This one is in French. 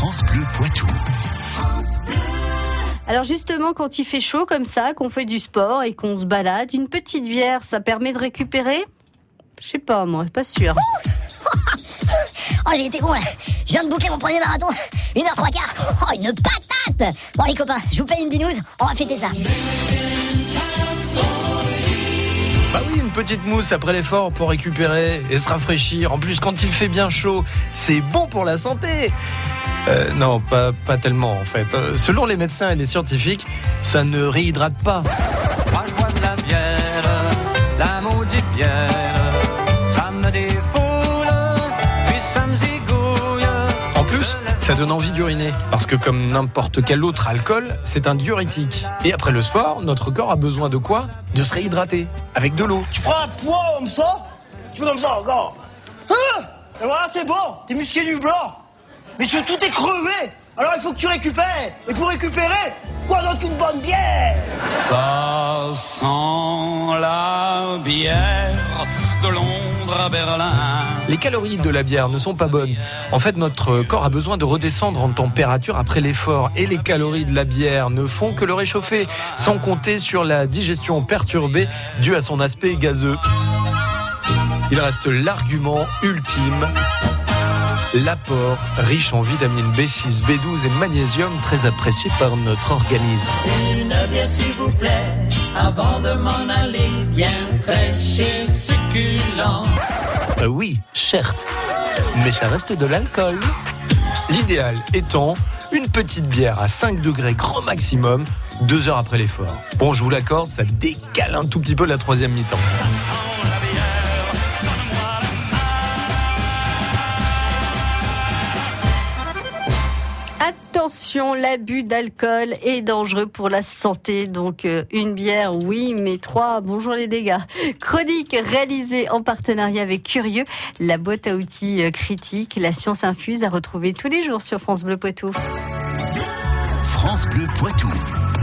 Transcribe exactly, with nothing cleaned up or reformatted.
France Bleu Poitou. France Bleu. Alors justement, quand il fait chaud comme ça, qu'on fait du sport et qu'on se balade, une petite bière, ça permet de récupérer ? Je sais pas, moi, pas sûr. Oh, j'ai été bon là. Je viens de boucler mon premier marathon. une heure trois quarts. Oh, une patate. Bon les copains, je vous paye une binouse. On va fêter ça. Bah oui, une petite mousse après l'effort pour récupérer et se rafraîchir. En plus, quand il fait bien chaud, c'est bon pour la santé. Euh, non, pas, pas tellement en fait. Euh, selon les médecins et les scientifiques, ça ne réhydrate pas. Moi je bois de la bière, la maudite bière. Ça me défoule, puis ça me zigouille. En plus, ça donne envie d'uriner. Parce que comme n'importe quel autre alcool, c'est un diurétique. Et après le sport, notre corps a besoin de quoi ? De se réhydrater. Avec de l'eau. Tu prends un poids comme ça, tu fais comme ça encore. Hein ? Et voilà, c'est bon, t'es musclé du blanc. Mais surtout, t'es crevé. Alors il faut que tu récupères. Et pour récupérer, quoi d'autre qu'une bonne bière ? Ça sent la bière de Londres à Berlin. Les calories de la bière ne sont pas bonnes. En fait, notre corps a besoin de redescendre en température après l'effort. Et les calories de la bière ne font que le réchauffer, sans compter sur la digestion perturbée due à son aspect gazeux. Il reste l'argument ultime. L'apport riche en vitamines B six, B douze et magnésium, très apprécié par notre organisme. Une bière s'il vous plaît, avant de m'en aller, bien fraîche et succulent. Euh, oui, certes, mais ça reste de l'alcool. L'idéal étant une petite bière à cinq degrés grand maximum, deux heures après l'effort. Bon, je vous l'accorde, ça décale un tout petit peu la troisième mi-temps. Attention, l'abus d'alcool est dangereux pour la santé. Donc euh, une bière, oui, mais trois, bonjour les dégâts. Chronique réalisée en partenariat avec Curieux, la boîte à outils euh, critique, la science infuse à retrouver tous les jours sur France Bleu Poitou. France Bleu Poitou.